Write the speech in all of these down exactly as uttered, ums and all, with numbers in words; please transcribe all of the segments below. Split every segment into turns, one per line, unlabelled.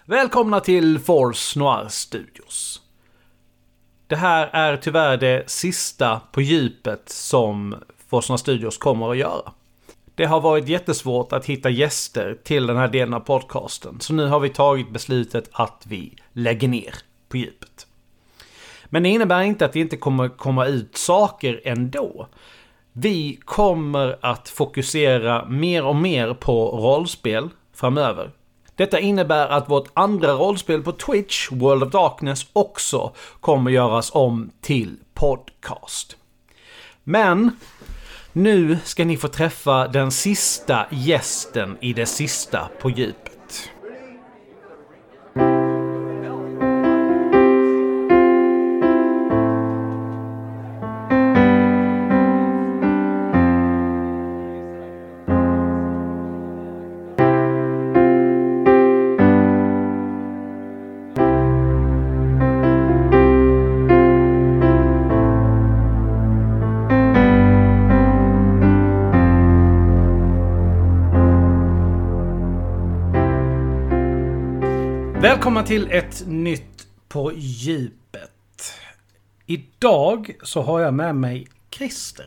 Välkomna till Force Noir Studios. Det här är tyvärr det sista på djupet som Force Noir Studios kommer att göra. Det har varit jättesvårt att hitta gäster till den här delen av podcasten, så nu har vi tagit beslutet att vi lägger ner på djupet. Men det innebär inte att det inte kommer komma ut saker ändå. Vi kommer att fokusera mer och mer på rollspel framöver. Detta innebär att vårt andra rollspel på Twitch, World of Darkness, också kommer göras om till podcast. Men nu ska ni få träffa den sista gästen i det sista på djupet. Välkomna till ett nytt på djupet. Idag så har jag med mig Christer.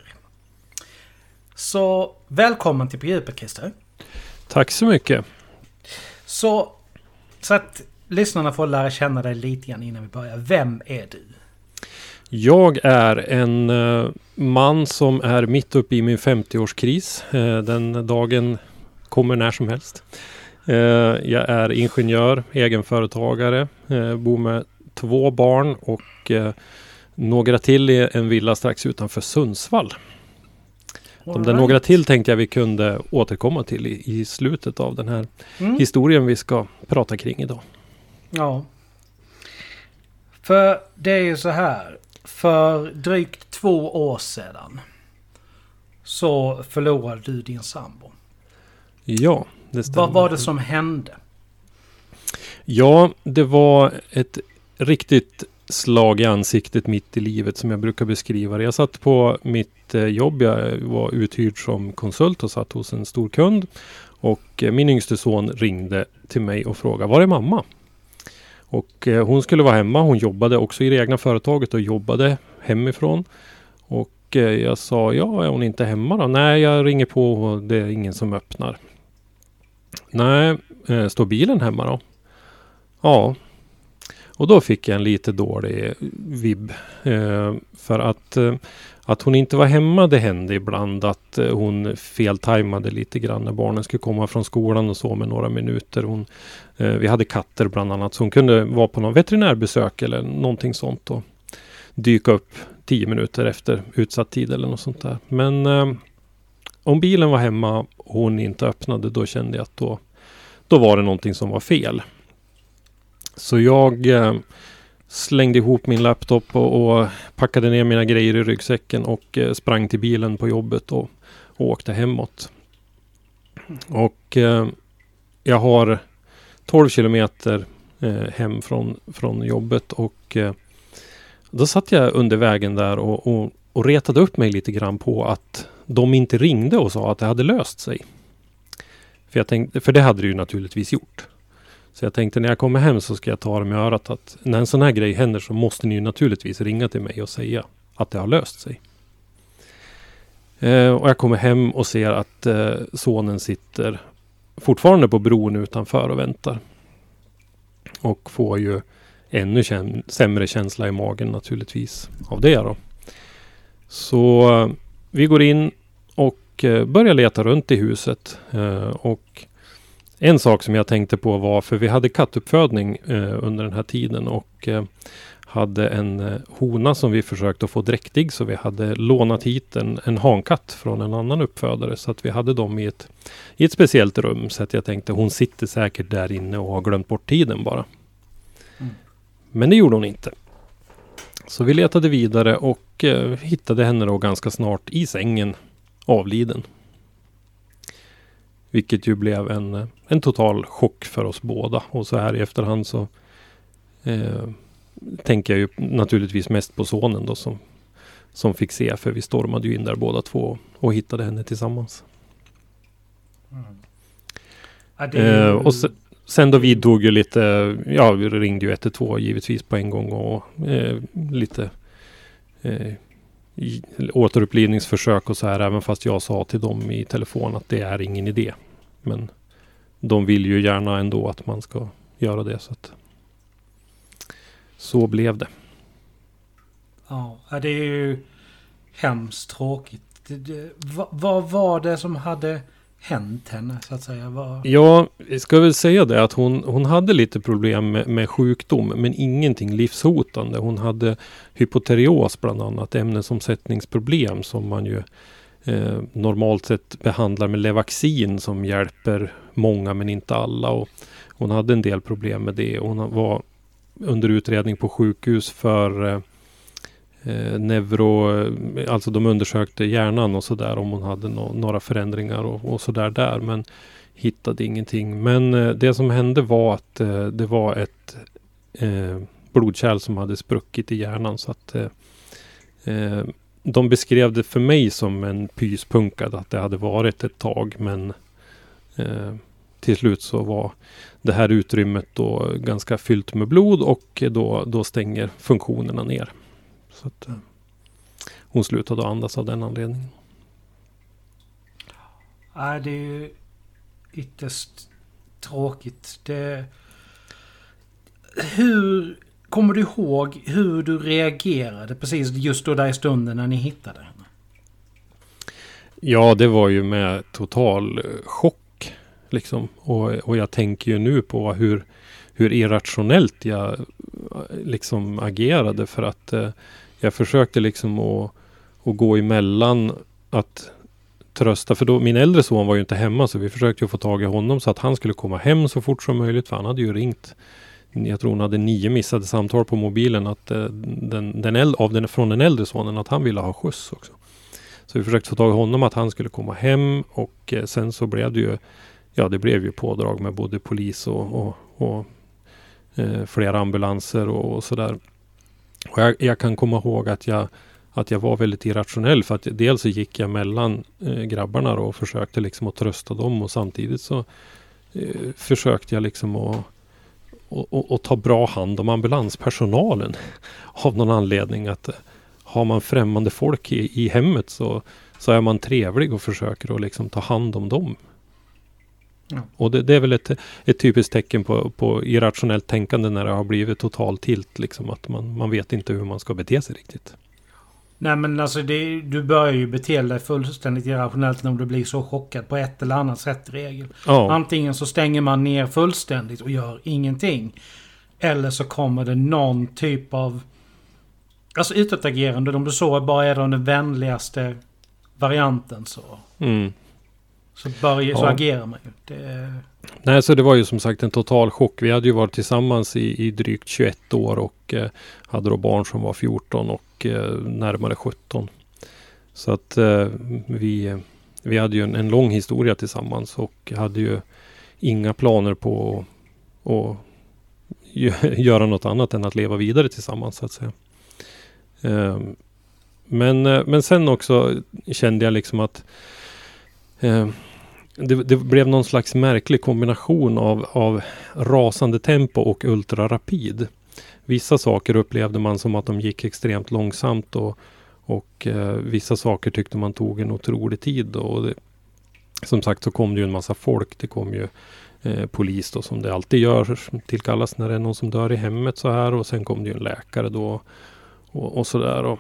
Så välkommen till på djupet, Christer.
Tack så mycket.
Så, så att lyssnarna får lära känna dig lite grann innan vi börjar. Vem är du?
Jag är en uh, man som är mitt uppe i min femtioårskris. Uh, den dagen kommer när som helst. Uh, jag är ingenjör, egenföretagare, uh, bor med två barn och uh, några till i en villa strax utanför Sundsvall. All De där right. några till tänkte jag vi kunde återkomma till i, i slutet av den här mm. historien vi ska prata kring idag.
Ja. För det är ju så här. För drygt två år sedan så förlorade du din sambo.
Ja, det stämmer.
Vad var det som hände?
Ja, det var ett riktigt slag i ansiktet mitt i livet som jag brukar beskriva det. Jag satt på mitt jobb, jag var uthyrd som konsult och satt hos en stor kund. Och min yngste son ringde till mig och frågade, var är mamma? Och hon skulle vara hemma, hon jobbade också i det egna företaget och jobbade hemifrån. Och jag sa, ja, är hon inte hemma då? Nej, jag ringer på och det är ingen som öppnar. Nej, står bilen hemma då? Ja. Och då fick jag en lite dålig vibb. Eh, för att, eh, att hon inte var hemma, det hände ibland att eh, hon feltajmade lite grann när barnen skulle komma från skolan och så med några minuter. Hon, eh, vi hade katter bland annat, så hon kunde vara på någon veterinärbesök eller någonting sånt och dyka upp tio minuter efter utsatt tid eller något sånt där. Men eh, om bilen var hemma och hon inte öppnade, då kände jag att då, då var det någonting som var fel. Så jag eh, slängde ihop min laptop och, och packade ner mina grejer i ryggsäcken och eh, sprang till bilen på jobbet och, och åkte hemåt. Och eh, jag har tolv kilometer eh, hem från, från jobbet och eh, då satt jag under vägen där och, och, och retade upp mig lite grann på att de inte ringde och sa att det hade löst sig. För, jag tänkte, för det hade det ju naturligtvis gjort. Så jag tänkte när jag kommer hem så ska jag ta dem i örat att när en sån här grej händer så måste ni ju naturligtvis ringa till mig och säga att det har löst sig. Eh, och jag kommer hem och ser att eh, sonen sitter fortfarande på bron utanför och väntar. Och får ju ännu käm- sämre känsla i magen naturligtvis av det då. Så eh, vi går in och eh, börjar leta runt i huset eh, och en sak som jag tänkte på var, för vi hade kattuppfödning eh, under den här tiden och eh, hade en eh, hona som vi försökte att få dräktig, så vi hade lånat hit en, en hankatt från en annan uppfödare, så att vi hade dem i ett, i ett speciellt rum, så att jag tänkte hon sitter säkert där inne och har glömt bort tiden bara. Mm. Men det gjorde hon inte. Så vi letade vidare och eh, hittade henne då ganska snart i sängen, avliden. Vilket ju blev en, en total chock för oss båda. Och så här i efterhand så eh, tänker jag ju naturligtvis mest på sonen då som, som fick se. För vi stormade ju in där båda två och hittade henne tillsammans.
Mm. Ja, det är ju...
eh, och sen, sen då vidtog ju lite, ja vi ringde ju ett ett två givetvis på en gång och eh, lite eh, i, återupplivningsförsök och så här, även fast jag sa till dem i telefon att det är ingen idé. Men de vill ju gärna ändå att man ska göra det, så att så blev det.
Ja, det är ju hemskt tråkigt. Det, det, vad, vad var det som hade hänt henne, så att säga? Vad...
Ja, jag ska väl säga det att hon, hon hade lite problem med, med sjukdom, men ingenting livshotande. Hon hade hypoterios bland annat, ämnesomsättningsproblem som man ju eh, normalt sett behandlar med Levaxin som hjälper många men inte alla. Och hon hade en del problem med det. Hon var under utredning på sjukhus för eh, Eh, neuro, alltså de undersökte hjärnan och sådär om hon hade no- några förändringar och, och sådär där, men hittade ingenting. Men eh, det som hände var att eh, det var ett eh, blodkärl som hade spruckit i hjärnan, så att eh, eh, de beskrev det för mig som en pyspunkad, att det hade varit ett tag, men eh, till slut så var det här utrymmet då ganska fyllt med blod och då, då stänger funktionerna ner. Så att, uh, hon slutade andas av den anledningen.
Nej, det är ju ytterst tråkigt. Det... Hur kommer du ihåg hur du reagerade precis just då där i stunden när ni hittade henne?
Ja, det var ju med total chock liksom. Och, och jag tänker ju nu på hur, hur irrationellt jag liksom agerade, för att uh, jag försökte liksom att, att gå emellan att trösta. För då, min äldre son var ju inte hemma, så vi försökte ju få tag i honom så att han skulle komma hem så fort som möjligt. För han hade ju ringt. Jag tror hon hade nio missade samtal på mobilen att, den, den äldre, av den, från den äldre sonen att han ville ha skjuts också. Så vi försökte få tag i honom att han skulle komma hem. Och eh, sen så blev det ju, ja det blev ju pådrag med både polis och, och, och eh, flera ambulanser och, och sådär. Och jag, jag kan komma ihåg att jag, att jag var väldigt irrationell, för att dels så gick jag mellan eh, grabbarna och försökte liksom att trösta dem, och samtidigt så eh, försökte jag liksom att och, och, och ta bra hand om ambulanspersonalen av någon anledning. Att har man främmande folk i, i hemmet så, så är man trevlig och försöker att liksom ta hand om dem. Ja. Och det, det är väl ett, ett typiskt tecken på, på irrationellt tänkande när det har blivit total tilt. Liksom, att man, man vet inte hur man ska bete sig riktigt.
Nej, men alltså det, du börjar ju bete dig fullständigt irrationellt när du blir så chockad på ett eller annat sätt i regel. Ja. Antingen så stänger man ner fullständigt och gör ingenting. Eller så kommer det någon typ av alltså utåtagerande. Om du så bara är den vänligaste varianten så... Mm. Så, börjar, ja. så agerar man ju. Det...
Nej, så det var ju som sagt en total chock. Vi hade ju varit tillsammans i, i drygt tjugoett år och eh, hade då barn som var fjorton och eh, närmare sjutton. Så att eh, vi, vi hade ju en, en lång historia tillsammans och hade ju inga planer på att, att göra något annat än att leva vidare tillsammans, så att säga. Eh, men, men sen också kände jag liksom att eh, Det, det blev någon slags märklig kombination av, av rasande tempo och ultrarapid. Vissa saker upplevde man som att de gick extremt långsamt och, och eh, vissa saker tyckte man tog en otrolig tid. Och det, som sagt så kom det ju en massa folk. Det kom ju eh, polis då, som det alltid gör, tillkallas när det är någon som dör i hemmet så här. Och sen kom det ju en läkare då och, och sådär. Och,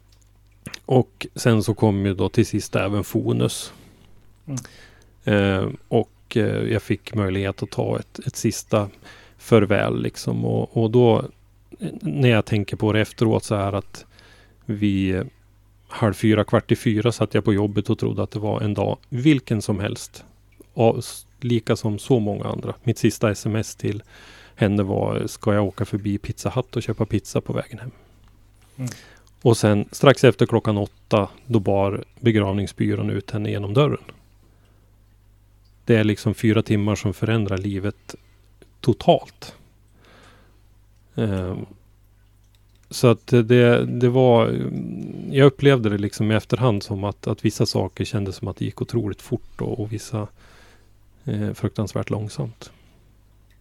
och sen så kom ju då till sist även Fonus. Mm. Eh, och eh, jag fick möjlighet att ta ett, ett sista farväl liksom. Och, och då när jag tänker på det efteråt så här att vi halv fyra, kvart i fyra satt jag på jobbet och trodde att det var en dag vilken som helst. Och, lika som så många andra. Mitt sista sms till henne var: ska jag åka förbi Pizza Hut och köpa pizza på vägen hem? Mm. Och sen strax efter klockan åtta då bar begravningsbyrån ut henne genom dörren. Det är liksom fyra timmar som förändrar livet totalt. Um, så att det, det var... Jag upplevde det liksom i efterhand som att, att vissa saker kändes som att det gick otroligt fort och, och vissa eh, fruktansvärt långsamt.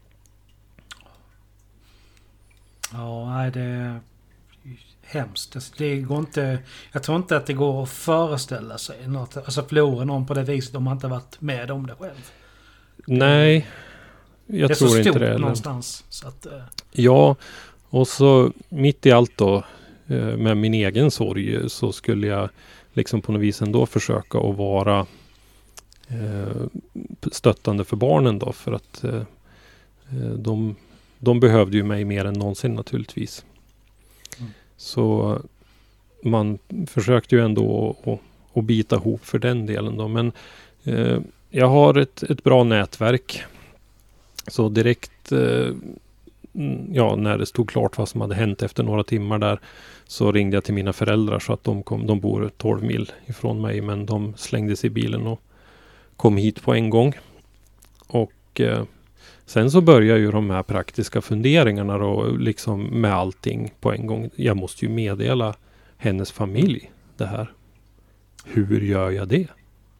Ja, nej, det är hemskt. Det går inte, jag tror inte att det går att föreställa sig något, alltså förlora någon på det viset om man inte varit med om det själv.
Nej, jag
det
tror inte det.
Det är så stort någonstans. Så att, uh...
Ja, och så mitt i allt då med min egen sorg så skulle jag liksom på något vis ändå försöka att vara eh, stöttande för barnen då, för att eh, de, de behövde ju mig mer än någonsin naturligtvis. Mm. Så man försökte ju ändå att, att bita ihop för den delen då, men eh, jag har ett, ett bra nätverk, så direkt eh, ja, när det stod klart vad som hade hänt efter några timmar där, så ringde jag till mina föräldrar, så att de kom, de bor tolv mil ifrån mig, men de slängde sig i bilen och kom hit på en gång. Och eh, sen så börjar ju de här praktiska funderingarna då, liksom med allting på en gång. Jag måste ju meddela hennes familj det här. Hur gör jag det?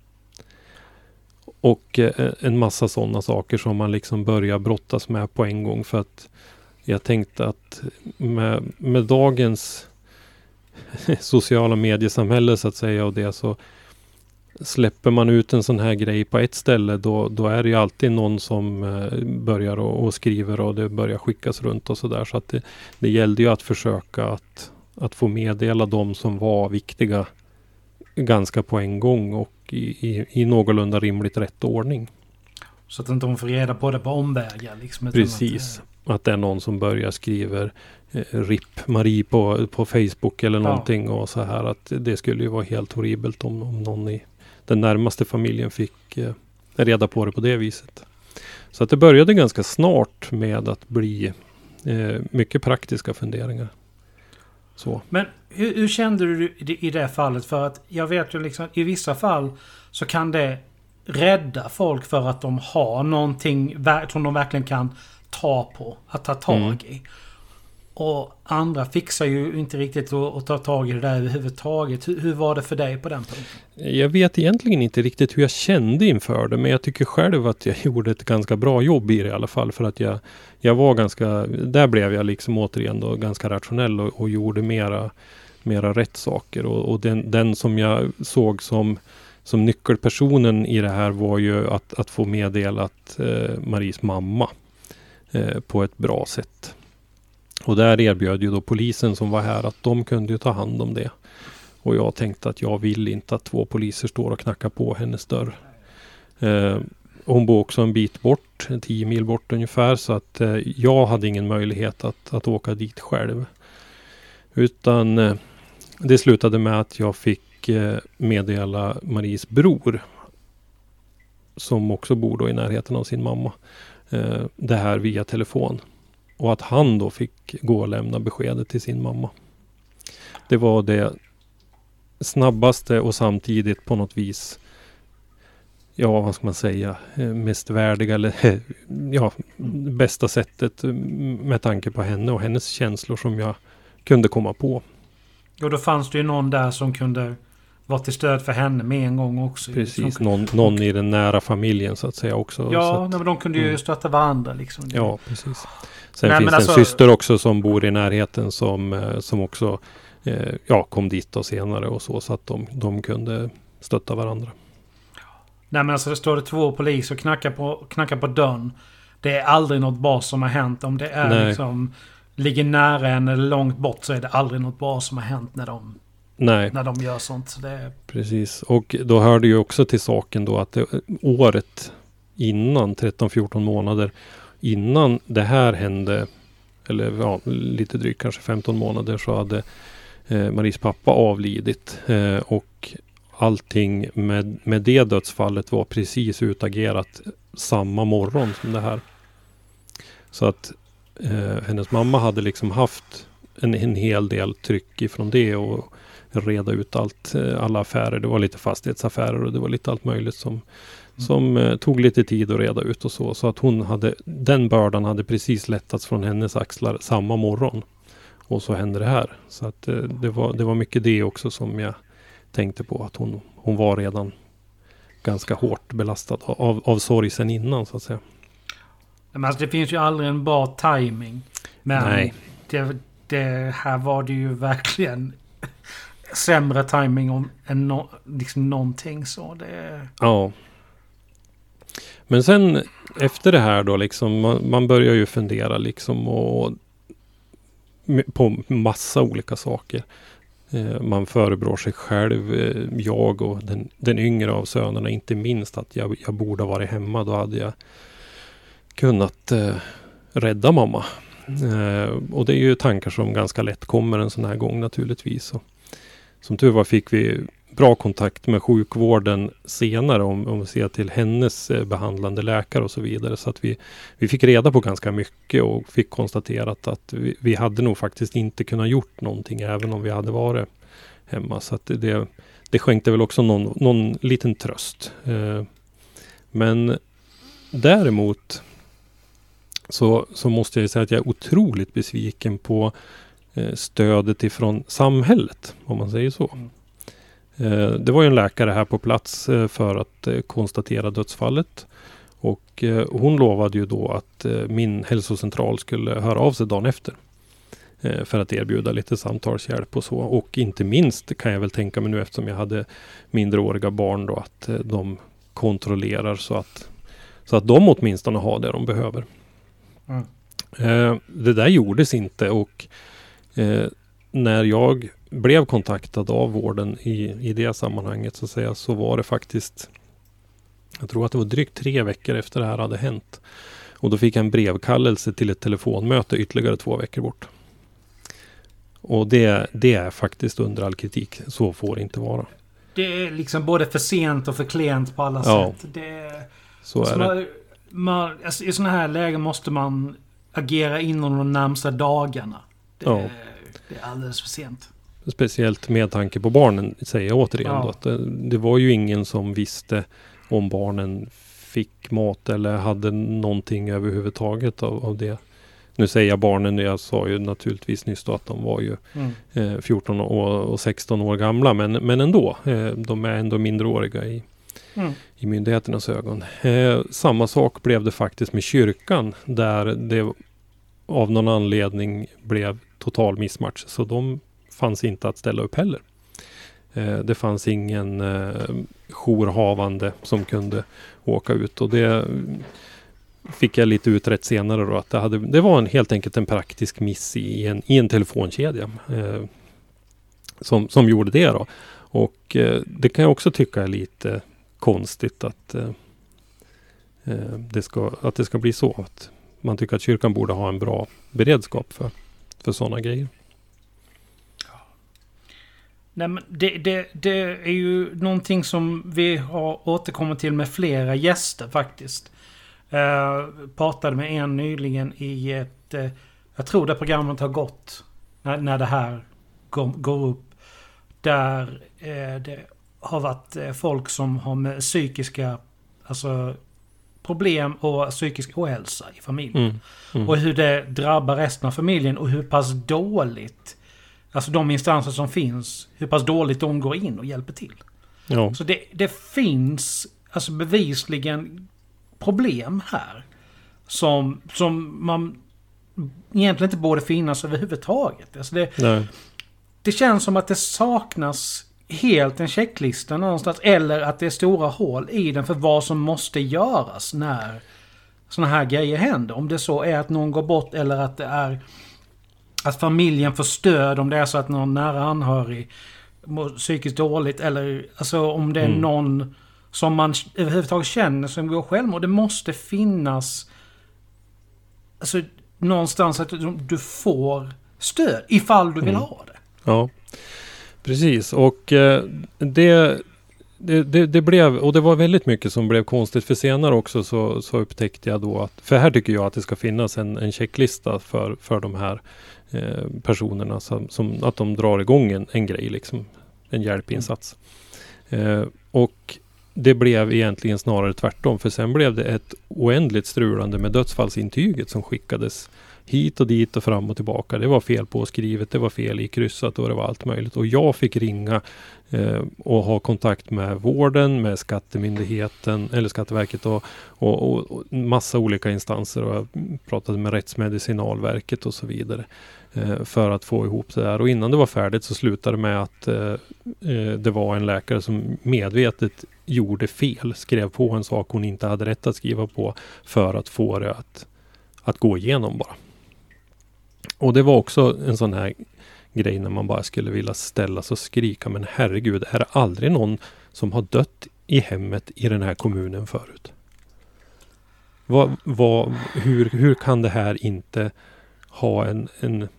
Och eh, en massa sådana saker som man liksom börjar brottas med på en gång, för att jag tänkte att med, med dagens sociala mediesamhälle så att säga, och det, så släpper man ut en sån här grej på ett ställe, då, då är det ju alltid någon som eh, börjar och, och skriver, och det börjar skickas runt och sådär. Så att det, det gällde ju att försöka att, att få meddela dem som var viktiga ganska på en gång och i, i, i någorlunda rimligt rätt ordning.
Så att inte de får reda på det på omvägar. Liksom,
precis. Att, att det är någon som börjar skriver eh, R I P Marie på, på Facebook eller någonting, ja. Och så här, att det skulle ju vara helt horribelt om, om någon i den närmaste familjen fick eh, reda på det på det viset. Så att det började ganska snart med att bli eh, mycket praktiska funderingar. Så.
Men hur, hur kände du i det fallet? För att jag vet ju liksom, i vissa fall så kan det rädda folk för att de har någonting som de verkligen kan ta på, att ta tag mm. i. Och andra fixar ju inte riktigt att, att ta tag i det där överhuvudtaget. Hur, hur var det för dig på den punkten?
Jag vet egentligen inte riktigt hur jag kände inför det, men jag tycker själv att jag gjorde ett ganska bra jobb i det i alla fall, för att jag, jag var ganska, där blev jag liksom återigen då ganska rationell och, och gjorde mera, mera rätt saker. Och, och den, den som jag såg som Som nyckelpersonen i det här var ju att, att få meddelat eh, Maries mamma eh, på ett bra sätt. Och där erbjöd ju då polisen som var här att de kunde ju ta hand om det. Och jag tänkte att jag vill inte att två poliser står och knackar på hennes dörr. Eh, hon bor också en bit bort, tio mil bort ungefär, så att eh, jag hade ingen möjlighet att, att åka dit själv. Utan eh, det slutade med att jag fick meddela Maries bror, som också bor då i närheten av sin mamma, eh, det här via telefon, och att han då fick gå och lämna beskedet till sin mamma. Det var det snabbaste och samtidigt på något vis, ja vad ska man säga, mest värdiga eller ja, bästa sättet med tanke på henne och hennes känslor som jag kunde komma på.
Och då fanns det ju någon där som kunde vara till stöd för henne med en gång också.
Precis,
som,
någon, någon i den nära familjen så att säga också.
Ja,
så att,
men de kunde ju mm. stötta varandra liksom.
Ja, precis. Sen
Nej,
finns det
alltså,
en syster också som bor i närheten som, som också eh, ja, kom dit och senare och så, så att de, de kunde stötta varandra.
Nej, men alltså det står det två poliser och knackar på, knackar på dörren. Det är aldrig något bra som har hänt. Om det är
Nej.
liksom ligger nära en eller långt bort, så är det aldrig något bra som har hänt när de
Nej.
När de gör sånt. Så det är...
Precis. Och då hörde ju också till saken då att det, året innan, tretton fjorton månader innan det här hände, eller ja, lite drygt kanske femton månader, så hade eh, Maries pappa avlidit. Eh, och allting med, med det dödsfallet var precis utagerat samma morgon som det här. Så att eh, hennes mamma hade liksom haft en, en hel del tryck ifrån det och reda ut allt, alla affärer. Det var lite fastighetsaffärer och det var lite allt möjligt som, mm. som eh, tog lite tid att reda ut och så. Så att hon hade, den bördan hade precis lättats från hennes axlar samma morgon. Och så hände det här. Så att eh, det, var, det var mycket det också som jag tänkte på. Att hon, hon var redan ganska hårt belastad av, av sorg sen innan så att säga.
Men alltså, det finns ju aldrig en bra timing. Men
Nej.
det, det här var det ju verkligen sämre timing om än no, liksom någonting så. Det...
Ja. Men sen efter det här då liksom, man, man börjar ju fundera liksom och, på massa olika saker. Eh, man förebrår sig själv, eh, jag och den, den yngre av sönerna, inte minst att jag, jag borde ha varit hemma. Då hade jag kunnat eh, rädda mamma. Eh, och det är ju tankar som ganska lätt kommer en sån här gång naturligtvis. Och som tur var fick vi bra kontakt med sjukvården senare om, om vi ser till hennes eh, behandlande läkare och så vidare. Så att vi, vi fick reda på ganska mycket och fick konstaterat att vi, vi hade nog faktiskt inte kunnat gjort någonting även om vi hade varit hemma. Så att det, det, det skänkte väl också någon, någon liten tröst. Eh, men däremot så, så måste jag säga att jag är otroligt besviken på eh, stödet ifrån samhället, om man säger så.
Mm.
Det var ju en läkare här på plats för att konstatera dödsfallet. Och hon lovade ju då att min hälsocentral skulle höra av sig dagen efter. För att erbjuda lite samtalshjälp och så. Och inte minst kan jag väl tänka mig nu, eftersom jag hade mindreåriga barn då, att de kontrollerar så att, så att de åtminstone har det de behöver. Mm. Det där gjordes inte, och när jag blev kontaktad av vården i, i det sammanhanget så, säga, så var det faktiskt, jag tror att det var drygt tre veckor efter det här hade hänt. Och då fick jag en brevkallelse till ett telefonmöte ytterligare två veckor bort. Och det, det är faktiskt under all kritik. Så får det inte vara.
Det är liksom både för sent och för klent på alla
ja,
sätt. Det,
så är
man,
det.
Man, alltså, i sådana här lägen måste man agera inom de närmsta dagarna. Det,
ja.
det är alldeles för sent.
Speciellt med tanke på barnen, säger jag återigen.
Ja.
Då, att det, det var ju ingen som visste om barnen fick mat eller hade någonting överhuvudtaget av, av det. Nu säger jag barnen, jag sa ju naturligtvis nyss då att de var ju mm. eh, fjorton och, och sexton år gamla, men, men ändå, eh, de är ändå mindreåriga i, mm. i myndigheternas ögon. Eh, samma sak blev det faktiskt med kyrkan, där det av någon anledning blev total missmatch, så de fanns inte att ställa upp heller. Eh, det fanns ingen eh, jourhavande som kunde åka ut, och det fick jag lite utrett senare då, att det, hade, det var en, helt enkelt en praktisk miss i en, i en telefonkedja eh, som, som gjorde det då. Och eh, det kan jag också tycka är lite konstigt att, eh, det ska, att det ska bli så. Att man tycker att kyrkan borde ha en bra beredskap för, för sådana grejer.
Nej, men det, det, det är ju någonting som vi har återkommit till med flera gäster faktiskt. Jag pratade med en nyligen i ett, jag tror det programmet har gått när, när det här går, går upp, där eh, det har varit eh, folk som har med psykiska alltså problem och psykisk ohälsa i familjen. Mm, mm. Och hur det drabbar resten av familjen och hur pass dåligt, alltså de instanser som finns, hur pass dåligt de går in och hjälper till. Ja. Så det, det finns alltså bevisligen problem här som, som man egentligen inte borde finnas överhuvudtaget. Alltså det, det känns som att det saknas helt en checklista någonstans, eller att det är stora hål i den för vad som måste göras när såna här grejer händer. Om det så är att någon går bort, eller att det är att familjen får stöd om det är så att någon nära anhörig mår psykiskt dåligt, eller alltså om det är mm. någon som man överhuvudtaget känner som går självmord. Det måste finnas alltså någonstans att du får stöd ifall du vill mm. ha det.
Ja, precis. Och eh, det, det, det, det blev, och det var väldigt mycket som blev konstigt, för senare också så, så upptäckte jag då att, för här tycker jag att det ska finnas en, en checklista för, för de här eh, personerna som, som att de drar igång en, en grej liksom, en hjälpinsats. Mm. Eh, och det blev egentligen snarare tvärtom, för sen blev det ett oändligt strulande med dödsfallsintyget som skickades hit och dit och fram och tillbaka. Det var fel påskrivet, det var fel i kryssat och det var allt möjligt. Och jag fick ringa eh, och ha kontakt med vården, med skattemyndigheten eller Skatteverket och, och, och, och massa olika instanser. Och jag pratade med Rättsmedicinalverket och så vidare eh, för att få ihop det där. Och innan det var färdigt så slutade det med att eh, det var en läkare som medvetet gjorde fel, skrev på en sak hon inte hade rätt att skriva på för att få det att, att gå igenom bara. Och det var också en sån här grej när man bara skulle vilja ställa sig och skrika, men herregud, är det aldrig någon som har dött i hemmet i den här kommunen förut? Vad, vad, hur, hur kan det här inte ha en, en,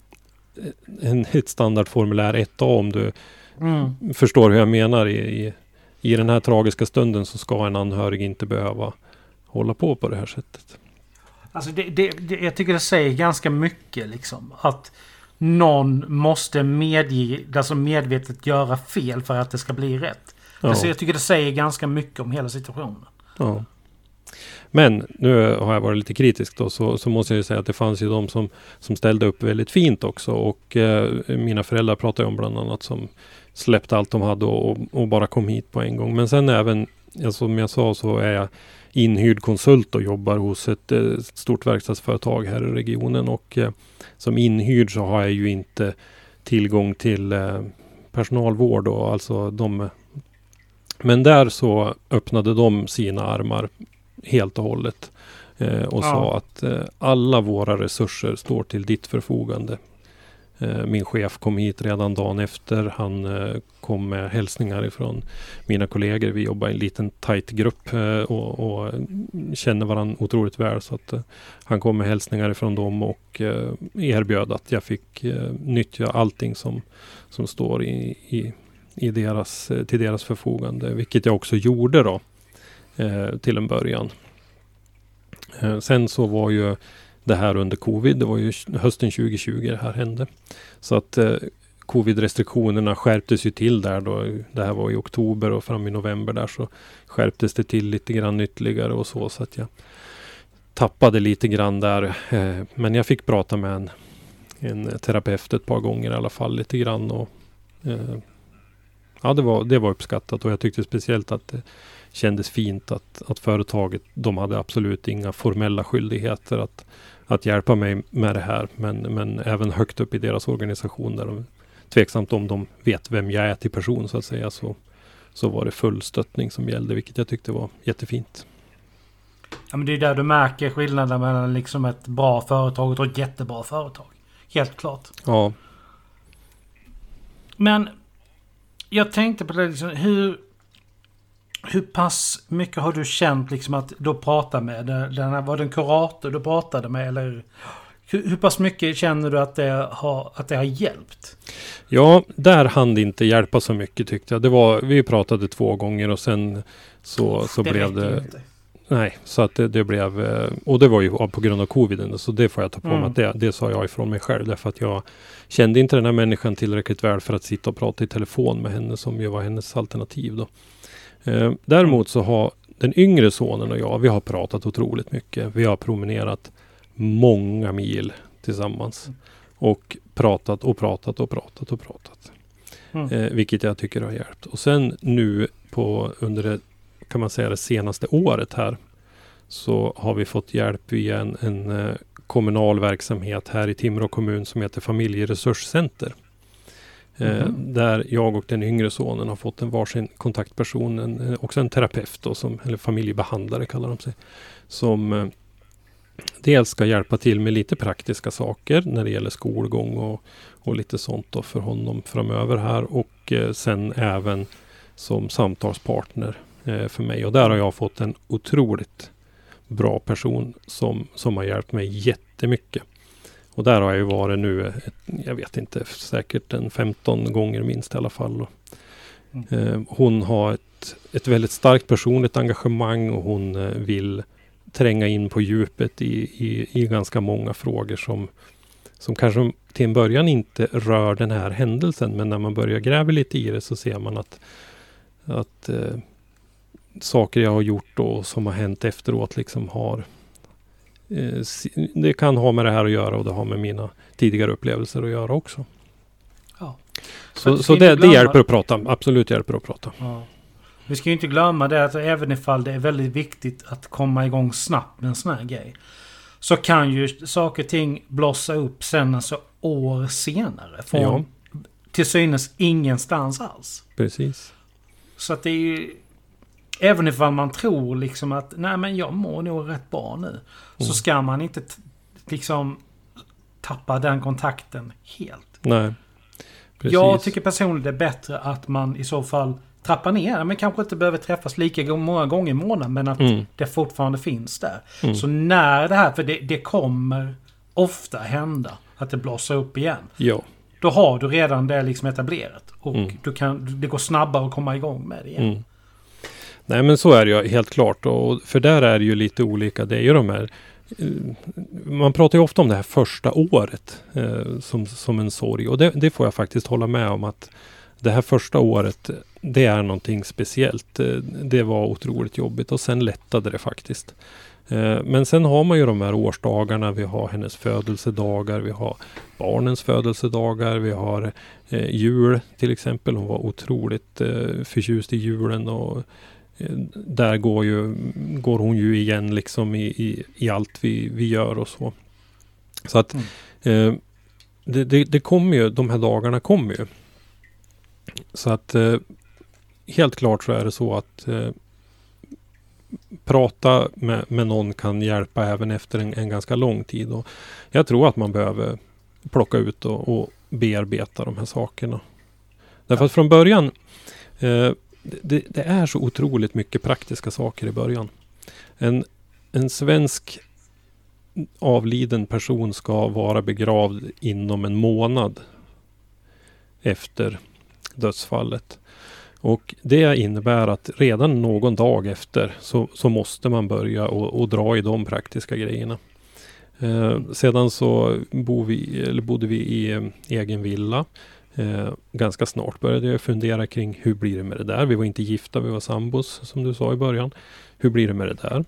en ett standardformulär ett A om du mm. förstår hur jag menar i, i I den här tragiska stunden så ska en anhörig inte behöva hålla på på det här sättet.
Alltså det, det, det, jag tycker det säger ganska mycket liksom. Att någon måste medge, alltså medvetet göra fel för att det ska bli rätt. Ja. Alltså jag tycker det säger ganska mycket om hela situationen.
Ja. Men nu har jag varit lite kritisk då, så, så måste jag ju säga att det fanns ju de som, som ställde upp väldigt fint också. Och eh, mina föräldrar pratade om bland annat som släppte allt de hade och, och bara kom hit på en gång. Men sen även, ja, som jag sa, så är jag inhyrd konsult och jobbar hos ett, ett stort verkstadsföretag här i regionen. Och eh, som inhyrd så har jag ju inte tillgång till eh, personalvård. Och alltså de, men där så öppnade de sina armar helt och hållet eh, och ja. sa att eh, alla våra resurser står till ditt förfogande. Min chef kom hit redan dagen efter. Han eh, kom med hälsningar ifrån mina kollegor. Vi jobbar i en liten tajt grupp eh, och, och känner varandra otroligt väl. Så att, eh, han kom med hälsningar ifrån dem och eh, erbjöd att jag fick eh, nyttja allting som, som står i, i, i deras, eh, till deras förfogande. Vilket jag också gjorde då eh, till en början. Eh, sen så var ju det här under covid, det var ju hösten tjugo tjugo det här hände. Så att eh, covid-restriktionerna skärptes ju till där då. Det här var i oktober och fram i november där så skärptes det till lite grann ytterligare och så. Så att jag tappade lite grann där. Eh, men jag fick prata med en, en terapeut ett par gånger i alla fall lite grann. Och, eh, ja, det var, det var uppskattat och jag tyckte speciellt att det kändes fint att, att företaget, de hade absolut inga formella skyldigheter att att hjälpa mig med det här. Men, men även högt upp i deras organisation där de tveksamt om de vet vem jag är till person så att säga. Så, så var det full stöttning som gällde, vilket jag tyckte var jättefint.
Ja, men det är där du märker skillnaden mellan liksom ett bra företag och ett jättebra företag. Helt klart.
Ja.
Men jag tänkte på det liksom, hur Hur pass mycket har du känt liksom att du pratar med den här, var det en kurator du pratade med eller hur, hur pass mycket känner du att det har, att det har hjälpt?
Ja, där hann det inte hjälpa så mycket tyckte jag. Det var, vi pratade två gånger och sen så, så
det
blev det...
Inte.
Nej, så att det, det blev... Och det var ju på grund av coviden, så det får jag ta på mig.
Mm.
Att det, det sa jag ifrån mig själv, därför att jag kände inte den här människan tillräckligt väl för att sitta och prata i telefon med henne som ju var hennes alternativ då. Eh, däremot så har den yngre sonen och jag, vi har pratat otroligt mycket. Vi har promenerat många mil tillsammans. Och pratat och pratat och pratat och pratat. Mm. Eh, vilket jag tycker har hjälpt. Och sen nu på under det, kan man säga det senaste året här, så har vi fått hjälp via en, en eh, kommunal verksamhet här i Timrå kommun som heter Familjeresurscenter. Mm. Där jag och den yngre sonen har fått en varsin kontaktperson, en, också en terapeut då, som, eller familjebehandlare kallar de sig, som eh, dels ska hjälpa till med lite praktiska saker när det gäller skolgång och, och lite sånt då för honom framöver här, och eh, sen även som samtalspartner eh, för mig, och där har jag fått en otroligt bra person som, som har hjälpt mig jättemycket. Och där har jag ju varit nu, ett, jag vet inte, säkert en femton gånger minst i alla fall. Mm. Eh, hon har ett, ett väldigt starkt personligt engagemang och hon eh, vill tränga in på djupet i, i, i ganska många frågor som, som kanske till en början inte rör den här händelsen. Men när man börjar gräva lite i det så ser man att, att eh, saker jag har gjort och som har hänt efteråt liksom har eh, det kan ha med det här att göra och det har med mina tidigare upplevelser att göra också.
Ja.
Så, så, så det, det hjälper att prata, absolut hjälper att prata.
Ja. Vi ska ju inte glömma det att även ifall det är väldigt viktigt att komma igång snabbt med en sån här grej, så kan ju saker och ting blossa upp sen alltså år senare. Från ja. till synes ingenstans alls.
Precis.
Så att det är ju, även ifall man tror liksom att nej men jag mår nog rätt bra nu. Mm. Så ska man inte t- liksom tappa den kontakten helt.
Nej. Precis.
Jag tycker personligen det är bättre att man i så fall trappar ner. Men kanske inte behöver träffas lika många gånger i månaden. Men att mm. det fortfarande finns där. Mm. Så när det här, för det, det kommer ofta hända att det blossar upp igen.
Ja.
Då har du redan det liksom etablerat. Och
mm.
du kan, det går snabbare att komma igång med det igen. Mm.
Nej men så är det ju helt klart. Och för där är det ju lite olika. Det är ju de här, man pratar ju ofta om det här första året eh, som, som en sorg. Och det, det får jag faktiskt hålla med om att det här första året, det är någonting speciellt. Det var otroligt jobbigt och sen lättade det faktiskt. Men sen har man ju de här årsdagarna, vi har hennes födelsedagar, vi har barnens födelsedagar, vi har eh, jul till exempel. Hon var otroligt eh, förtjust i julen och eh, där går, ju, går hon ju igen liksom i, i, i allt vi, vi gör och så. Så att mm. eh, det, det, det kommer ju, de här dagarna kommer ju. Så att eh, helt klart så är det så att eh, prata med, med någon kan hjälpa även efter en, en ganska lång tid. Och jag tror att man behöver plocka ut och, och bearbeta de här sakerna. Därför att från början, eh, det, det är så otroligt mycket praktiska saker i början. En, en svensk avliden person ska vara begravd inom en månad efter dödsfallet. Och det innebär att redan någon dag efter så, så måste man börja och, och dra i de praktiska grejerna. Eh, sedan så bo vi, eller bodde vi i eh, egen villa. Eh, ganska snart började jag fundera kring hur blir det med det där. Vi var inte gifta, vi var sambos som du sa i början. Hur blir det med det där?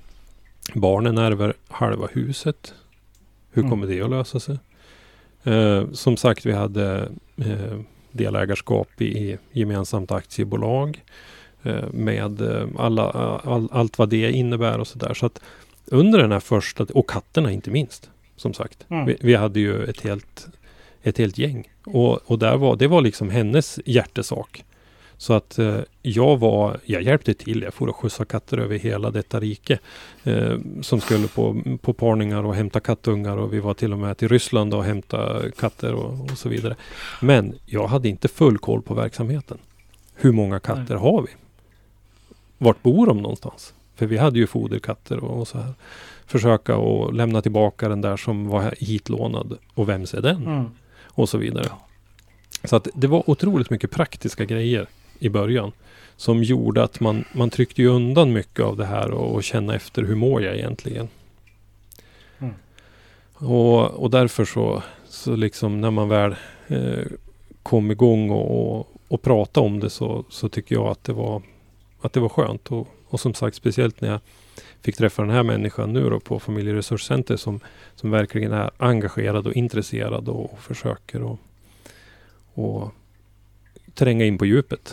Barnen ärver halva huset. Hur kommer mm. det att lösa sig? Eh, som sagt, vi hade eh, delägarskap i gemensamt aktiebolag eh, med alla, all, allt vad det innebär och sådär. Så att under den här första, och katterna inte minst, som sagt. Mm. Vi, vi hade ju ett helt, ett helt gäng. Och, och där var, det var liksom hennes hjärtesak. Så att eh, jag var, jag hjälpte till, jag får och skjutsa katter över hela detta rike eh, som skulle på, på parningar och hämta kattungar och vi var till och med till Ryssland och hämta katter och, och så vidare. Men jag hade inte full koll på verksamheten. Hur många katter Nej. har vi? Vart bor de någonstans? För vi hade ju foderkatter och, och så här. Försöka och lämna tillbaka den där som var hitlånad och vems är den? Mm. Och så vidare. Ja. Så att det var otroligt mycket praktiska grejer i början som gjorde att man, man tryckte ju undan mycket av det här och, och känna efter hur mår jag egentligen. Mm. Och, och därför så, så liksom när man väl eh, kom igång och, och, och prata om det så, så tycker jag att det var, att det var skönt. Och, och som sagt, speciellt när jag fick träffa den här människan nu då på Familjeresurscenter som, som verkligen är engagerad och intresserad och, och försöker och, och tränga in på djupet.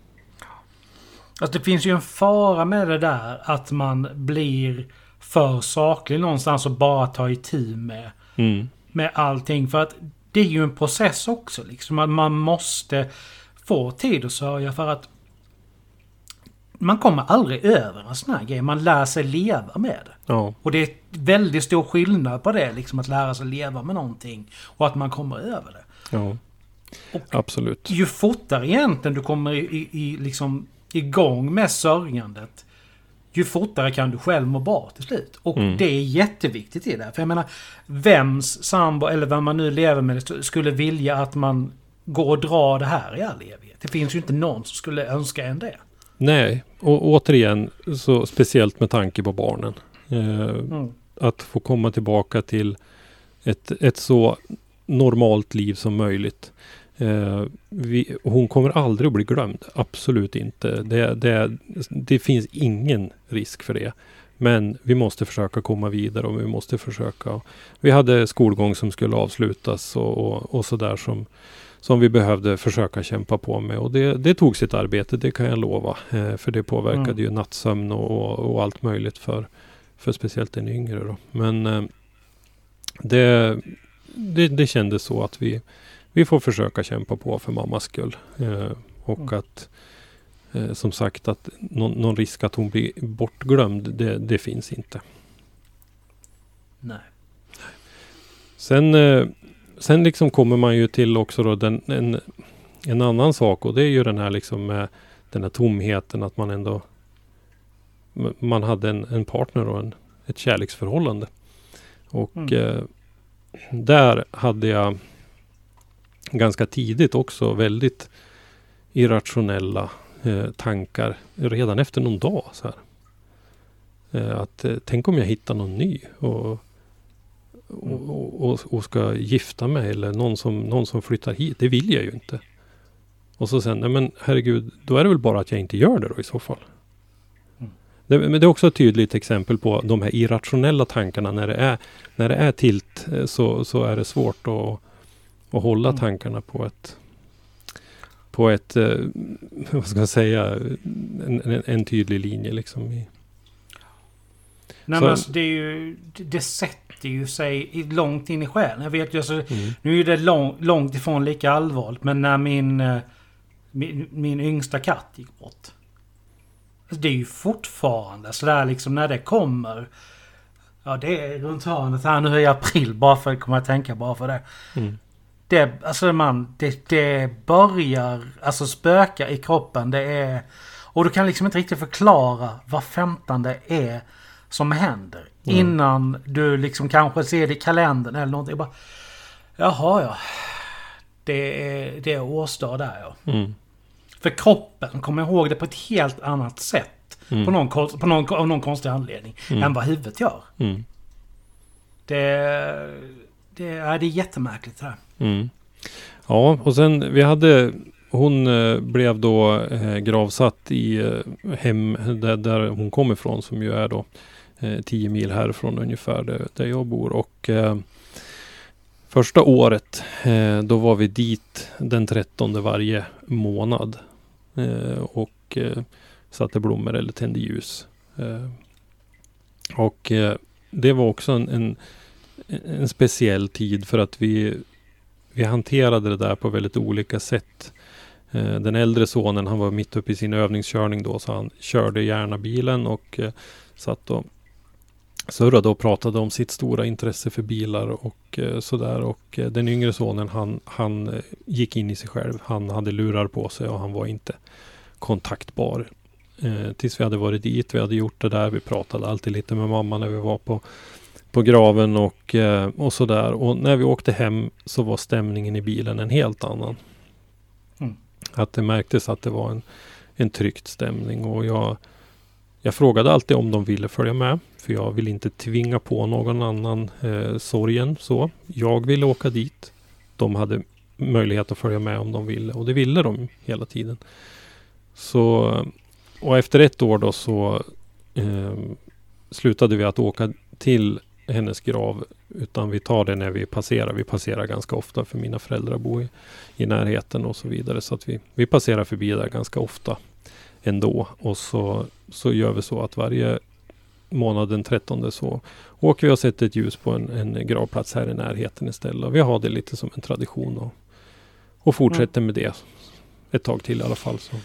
Alltså det finns ju en fara med det där att man blir för saklig någonstans och bara tar itu med, mm. med allting. För att det är ju en process också. Liksom. Att man måste få tid att sörja för att man kommer aldrig över en sån här grej. Man lär sig leva med det. Ja. Och det är väldigt stor skillnad på det. Liksom att lära sig leva med någonting och att man kommer över det.
Ja.
Och
absolut.
Ju fortare egentligen du kommer i, i, i, liksom igång med sörjandet, ju fortare kan du själv må bra till slut. Och mm. det är jätteviktigt i det. För jag menar, vems sambo eller vem man nu lever med skulle vilja att man går och drar det här i all evighet? Det finns ju inte någon som skulle önska en det.
Nej, och återigen så speciellt med tanke på barnen. Eh, mm. Att få komma tillbaka till ett, ett så normalt liv som möjligt. Eh, vi, hon kommer aldrig att bli glömd. Absolut inte. Det, det, det finns ingen risk för det. Men vi måste försöka komma vidare och vi måste försöka. Vi hade skolgång som skulle avslutas och, och, och sådär som, som vi behövde försöka kämpa på med. Och det, det tog sitt arbete, det kan jag lova. Eh, för det påverkade mm. ju nattsömn och, och, och allt möjligt för, för speciellt den yngre då. Men eh, det, det, det kändes så att vi, vi får försöka kämpa på för mammas skull. Eh, och mm. att Eh, som sagt att någon, någon risk att hon blir bortglömd, det, det finns inte.
Nej.
Sen, eh, sen liksom kommer man ju till också då den, en, en annan sak, och det är ju den här liksom med den här tomheten, att man ändå man hade en, en partner och en, ett kärleksförhållande. Och mm. eh, där hade jag ganska tidigt också väldigt irrationella Eh, tankar redan efter någon dag. Så här. Eh, att eh, tänk om jag hittar någon ny och, och, och, och ska gifta mig eller någon som, någon som flyttar hit. Det vill jag ju inte. Och så sen, nej men herregud, då är det väl bara att jag inte gör det då i så fall. Mm. Det, men det är också ett tydligt exempel på de här irrationella tankarna. När det är, när det är tilt eh, så, så är det svårt att, att hålla mm. tankarna på ett på ett, eh, vad ska jag säga, en, en, en tydlig linje liksom. I.
Nej, men alltså, det, är ju, det sätter ju sig långt in i själen. Jag vet ju, alltså, mm. nu är det lång, långt ifrån lika allvarligt, men när min, min, min yngsta katt gick bort. Alltså, det är ju fortfarande sådär liksom när det kommer. Ja, det är runt hörnet här nu i april, bara för att komma att tänka bara för det. Mm. Det, alltså man, det, det börjar alltså spöka i kroppen. Det är, och du kan liksom inte riktigt förklara vad femton det är som händer. Mm. Innan du liksom kanske ser det i kalendern eller någonting. Bara, jaha ja, det är, det är årsdag där ja. Mm. För kroppen kommer ihåg det på ett helt annat sätt. Mm. På, någon, på någon, av någon konstig anledning. Mm. Än vad huvudet gör. Mm. Det... Det är, det är jättemärkligt här.
Mm. Ja, och sen vi hade, hon eh, blev då eh, gravsatt i eh, hem där, där hon kommer ifrån, som ju är då eh, tio mil härifrån ungefär där, där jag bor. Och eh, första året eh, då var vi dit den trettonde varje månad eh, och eh, satte blommor eller tände ljus. Eh, och eh, det var också en, en en speciell tid för att vi, vi hanterade det där på väldigt olika sätt. Eh, den äldre sonen, han var mitt uppe i sin övningskörning då, så han körde gärna bilen och eh, satt och surrade och pratade om sitt stora intresse för bilar och eh, sådär. Och eh, den yngre sonen, han, han eh, gick in i sig själv. Han hade lurar på sig och han var inte kontaktbar. Eh, tills vi hade varit dit, vi hade gjort det där. Vi pratade alltid lite med mamma när vi var på på graven och, och sådär. Och när vi åkte hem så var stämningen i bilen en helt annan. Mm. Att det märktes att det var en, en tryckt stämning. Och jag, jag frågade alltid om de ville följa med. För jag ville inte tvinga på någon annan eh, sorgen. Så jag ville åka dit. De hade möjlighet att följa med om de ville. Och det ville de hela tiden. Så, och efter ett år då så eh, slutade vi att åka till hennes grav, utan vi tar det när vi passerar. Vi passerar ganska ofta för mina föräldrar bor i, i närheten och så vidare. Så att vi, vi passerar förbi där ganska ofta ändå. Och så, så gör vi så att varje månad den trettonde så åker vi och sätter ett ljus på en, en gravplats här i närheten istället. Och vi har det lite som en tradition och, och fortsätter med det ett tag till i alla fall. Så.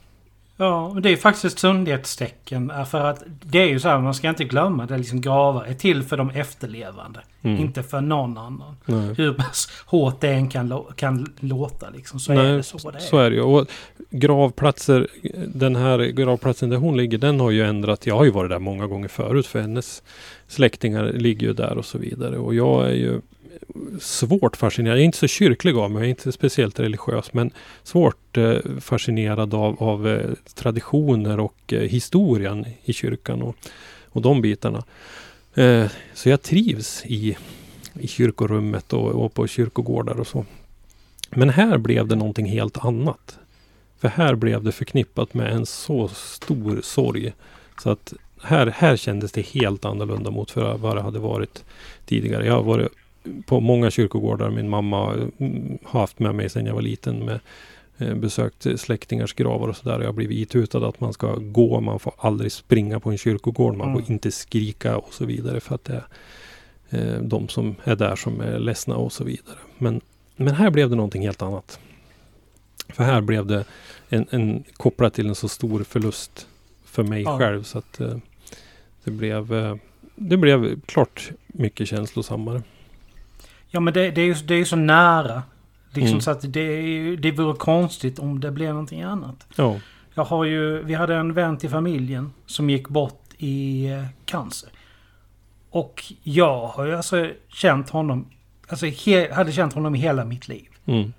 Ja, det är faktiskt ett sundhetstecken. För att det är ju så här, man ska inte glömma att liksom gravar är till för de efterlevande. Mm. Inte för någon annan. Nej. Hur hårt det än kan, kan låta liksom. Så Nej, är det så det är.
Så är det ju. Och gravplatser, den här gravplatsen där hon ligger, den har ju ändrat. Jag har ju varit där många gånger förut, för hennes släktingar ligger ju där och så vidare. Och jag är ju svårt fascinerad. Jag är inte så kyrklig av mig, jag är inte speciellt religiös, men svårt eh, fascinerad av, av eh, traditioner och eh, historien i kyrkan och, och de bitarna. Eh, så jag trivs i, i kyrkorummet och, och på kyrkogårdar och så. Men här blev det någonting helt annat. För här blev det förknippat med en så stor sorg. Så att här, här kändes det helt annorlunda mot för vad det hade varit tidigare. Jag har varit på många kyrkogårdar. Min mamma har haft med mig sedan jag var liten med eh, besökt släktingars gravar och sådär. Jag har blivit itutad att man ska gå, man får aldrig springa på en kyrkogård, man mm. får inte skrika och så vidare för att det är eh, de som är där som är ledsna och så vidare. Men, men här blev det någonting helt annat. För här blev det en, en kopplat till en så stor förlust för mig ja. själv så att eh, det blev eh, det blev klart mycket känslosammare.
Ja, men det, det är ju det är så nära. Liksom mm. så att det, det vore konstigt om det blev någonting annat.
Ja.
Jag har ju, vi hade en vän till familjen som gick bort i eh, cancer. Och jag har ju alltså känt honom, alltså he, hade känt honom i hela mitt liv.
Mm.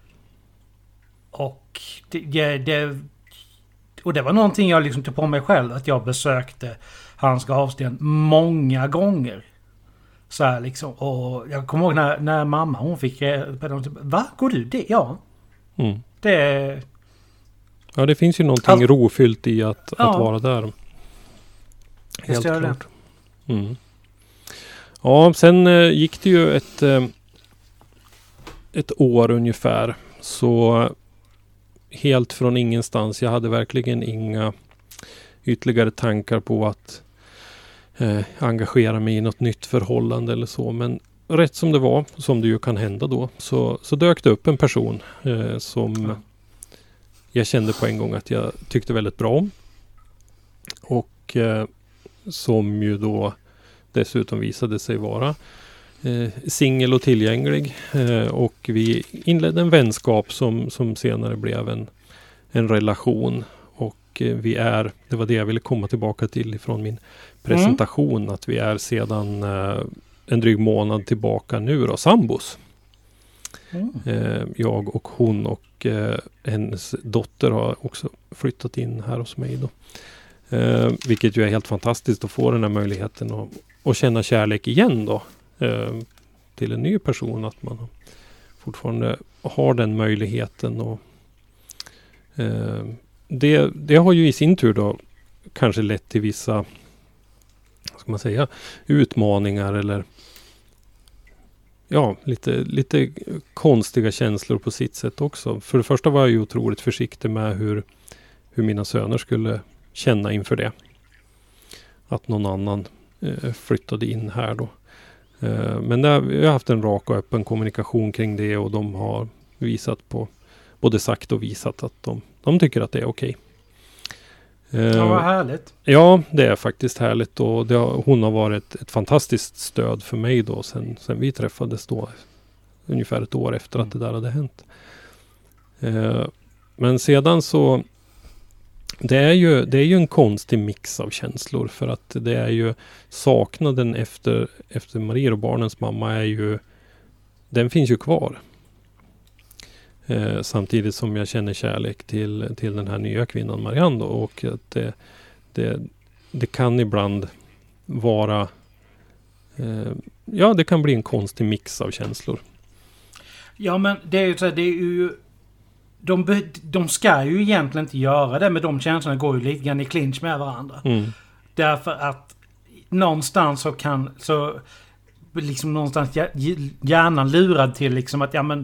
Och det, det, och det var någonting jag liksom tog på mig själv, att jag besökte hans gravsten många gånger. Så här liksom, och jag kommer ihåg när, när mamma, hon fick, va? Går du det? Ja.
Mm.
Det...
Ja, det finns ju någonting All... rofyllt i att,
ja.
att vara där. Helt
klart.
Det. Mm. Ja, sen eh, gick det ju ett, eh, ett år ungefär. Så helt från ingenstans. Jag hade verkligen inga ytterligare tankar på att eh, engagera mig i något nytt förhållande eller så. Men rätt som det var, som det ju kan hända då, så, så dök det upp en person eh, som ja. jag kände på en gång att jag tyckte väldigt bra om. Och eh, som ju då dessutom visade sig vara eh, singel och tillgänglig. Eh, och vi inledde en vänskap som, som senare blev en, en relation. Och eh, vi är, det var det jag ville komma tillbaka till ifrån min presentation, mm. att vi är sedan eh, en dryg månad tillbaka nu då, sambos. Mm. Eh, jag och hon och eh, hennes dotter har också flyttat in här hos mig då. Eh, vilket ju är helt fantastiskt att få den här möjligheten att, att känna kärlek igen då. Eh, till en ny person, att man fortfarande har den möjligheten. Och, eh, det, det har ju i sin tur då kanske lett till vissa, vad ska man säga, utmaningar eller ja, lite, lite konstiga känslor på sitt sätt också. För det första var jag ju otroligt försiktig med hur, hur mina söner skulle känna inför det. Att någon annan eh, flyttade in här då. Eh, men där, jag har haft en rak och öppen kommunikation kring det, och de har visat på, både sagt och visat att de, de tycker att det är okej. Eh,
ja, vad härligt.
Ja, det är faktiskt härligt, och det har, hon har varit ett, ett fantastiskt stöd för mig då sen, sen vi träffades då. Ungefär ett år efter att det där hade hänt. Eh, men sedan så Det är, ju, det är ju en konstig mix av känslor, för att det är ju saknaden efter, efter Marie och barnens mamma är ju, den finns ju kvar. Eh, samtidigt som jag känner kärlek till, till den här nya kvinnan Marianne då, och att det, det, det kan ibland vara eh, ja, det kan bli en konstig mix av känslor.
Ja, men det är ju så här, det är ju De, de ska ju egentligen inte göra det, men de känslorna går ju lite grann i clinch med varandra.
Mm.
Därför att någonstans så kan så liksom någonstans hjärnan lurad till liksom att ja, men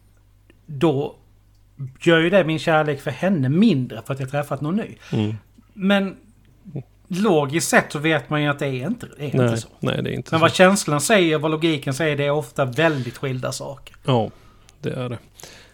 då gör ju det min kärlek för henne mindre för att jag träffat någon ny.
Mm.
Men logiskt sett så vet man ju att det är inte, det är
nej,
inte så.
Nej, det är inte
men
så.
Vad känslan säger, vad logiken säger, det är ofta väldigt skilda saker.
Ja, det är det.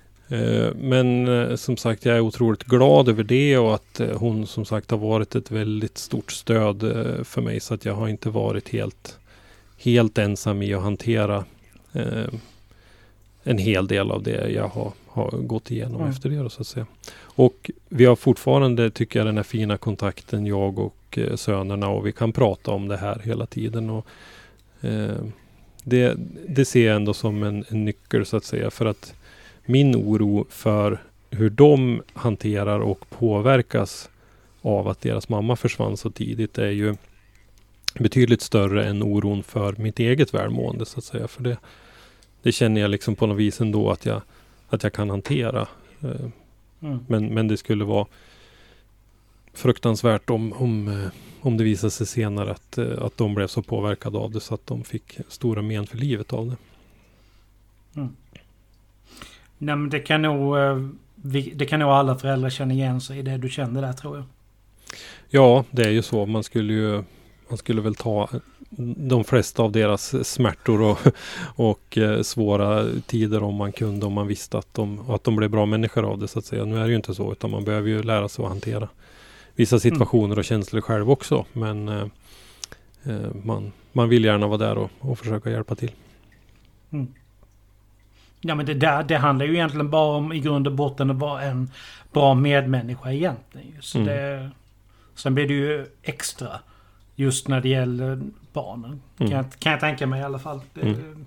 Men som sagt, jag är otroligt glad över det, och att hon som sagt har varit ett väldigt stort stöd för mig, så att jag har inte varit helt, helt ensam i att hantera eh, en hel del av det jag har, har gått igenom mm. efter det, så att säga. Och vi har fortfarande, tycker jag, den här fina kontakten, jag och eh, sönerna, och vi kan prata om det här hela tiden, och eh, det, det ser jag ändå som en, en nyckel, så att säga, för att min oro för hur de hanterar och påverkas av att deras mamma försvann så tidigt är ju betydligt större än oron för mitt eget välmående, så att säga. För det, det känner jag liksom på något vis ändå att jag, att jag kan hantera. Mm. Men, men det skulle vara fruktansvärt om, om, om det visade sig senare att, att de blev så påverkade av det så att de fick stora men för livet av det.
Mm. Nej, men det kan nog det kan nog alla föräldrar känna igen sig i det du kände där, tror jag.
Ja, det är ju så. Man skulle ju man skulle väl ta de flesta av deras smärtor och, och eh, svåra tider om man kunde, om man visste att de, att de blev bra människor av det, så att säga. Nu är det ju inte så, utan man behöver ju lära sig att hantera vissa situationer mm. och känslor själv också. Men eh, man, man vill gärna vara där och, och försöka hjälpa till.
Mm. Ja, men det, där, det handlar ju egentligen bara om i grund och botten att vara en bra medmänniska egentligen. Så mm. det, sen blir det ju extra just när det gäller barnen. Mm. Kan, jag, kan jag tänka mig i alla fall. Det, mm.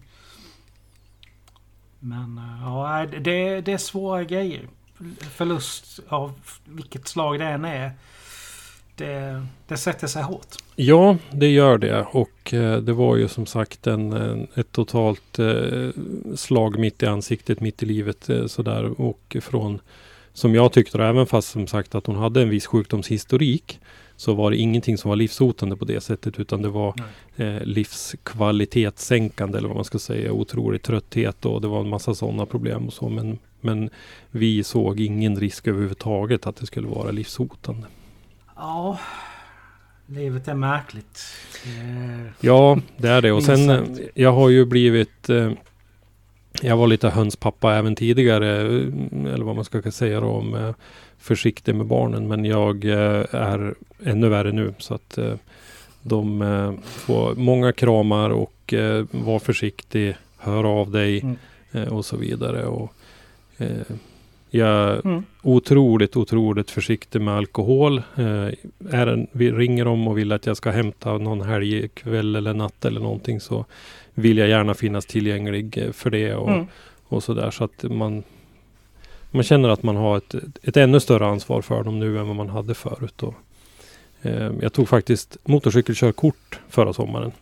Men ja, det, det är svåra grejer. Förlust av vilket slag det än är. Det, det sätter sig hårt.
Ja, det gör det. Och eh, det var ju som sagt en, en, ett totalt eh, slag mitt i ansiktet, mitt i livet. Eh, sådär. Och från, som jag tyckte, även fast som sagt att hon hade en viss sjukdomshistorik, så var det ingenting som var livshotande på det sättet, utan det var eh, livskvalitetssänkande, eller vad man ska säga, otrolig trötthet, och det var en massa sådana problem och så. Men, men vi såg ingen risk överhuvudtaget att det skulle vara livshotande.
Ja, livet är märkligt. Eh,
ja, det är det. Och sen, jag har ju blivit... Eh, jag var lite hönspappa även tidigare, eller vad man ska säga då, om eh, försiktig med barnen. Men jag eh, är ännu värre nu, så att eh, de eh, får många kramar och eh, var försiktig, hör av dig mm. eh, och så vidare. Och eh, jag är mm. otroligt, otroligt försiktig med alkohol. Eh, är en, vi ringer dem och vill att jag ska hämta någon helg, kväll eller natt eller någonting, så vill jag gärna finnas tillgänglig för det och, mm. och sådär. Så att man, man känner att man har ett, ett ännu större ansvar för dem nu än vad man hade förut. Och, eh, jag tog faktiskt motorcykelkörkort förra sommaren.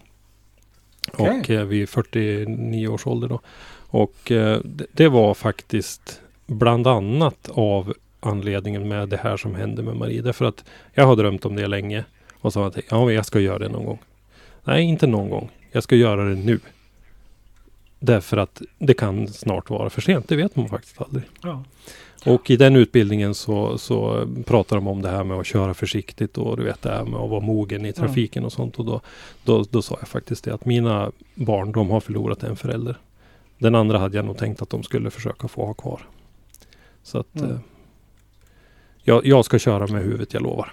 Okay. Och eh, vid fyrtionio års ålder då. Och eh, det, det var faktiskt bland annat av anledningen med det här som hände med Marie. Därför att jag har drömt om det länge. Och så har jag tänkt, ja, jag ska göra det någon gång. Nej, inte någon gång. Jag ska göra det nu. Därför att det kan snart vara för sent. Det vet man faktiskt aldrig. Ja. Och i den utbildningen så, så pratar de om det här med att köra försiktigt. Och du vet det här med att vara mogen i trafiken och sånt. Och då, då, då sa jag faktiskt det, att mina barn, de har förlorat en förälder. Den andra hade jag nog tänkt att de skulle försöka få ha kvar. Så att mm. eh, jag, jag ska köra med huvudet, jag lovar.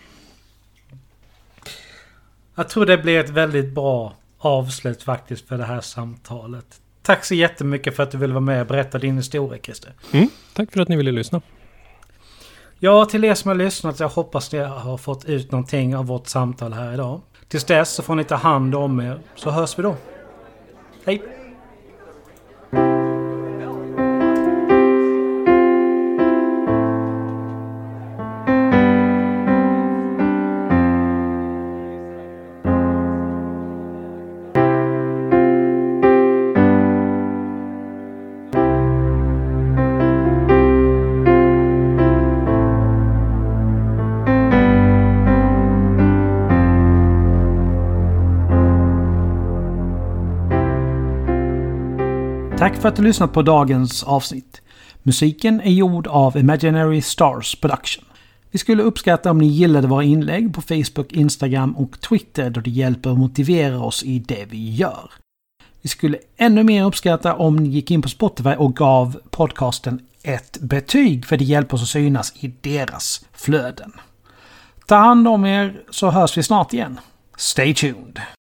Jag tror det blir ett väldigt bra avslut faktiskt för det här samtalet. Tack så jättemycket för att du ville vara med och berätta din historia, Christer.
Mm, tack för att ni ville lyssna.
Ja, till er som har lyssnat, jag hoppas ni har fått ut någonting av vårt samtal här idag. Tills dess så får ni ta hand om er, så hörs vi då. Hej! Tack för att du lyssnat på dagens avsnitt. Musiken är gjord av Imaginary Stars Production. Vi skulle uppskatta om ni gillade våra inlägg på Facebook, Instagram och Twitter, då det hjälper att motivera oss i det vi gör. Vi skulle ännu mer uppskatta om ni gick in på Spotify och gav podcasten ett betyg, för det hjälper oss att synas i deras flöden. Ta hand om er, så hörs vi snart igen. Stay tuned!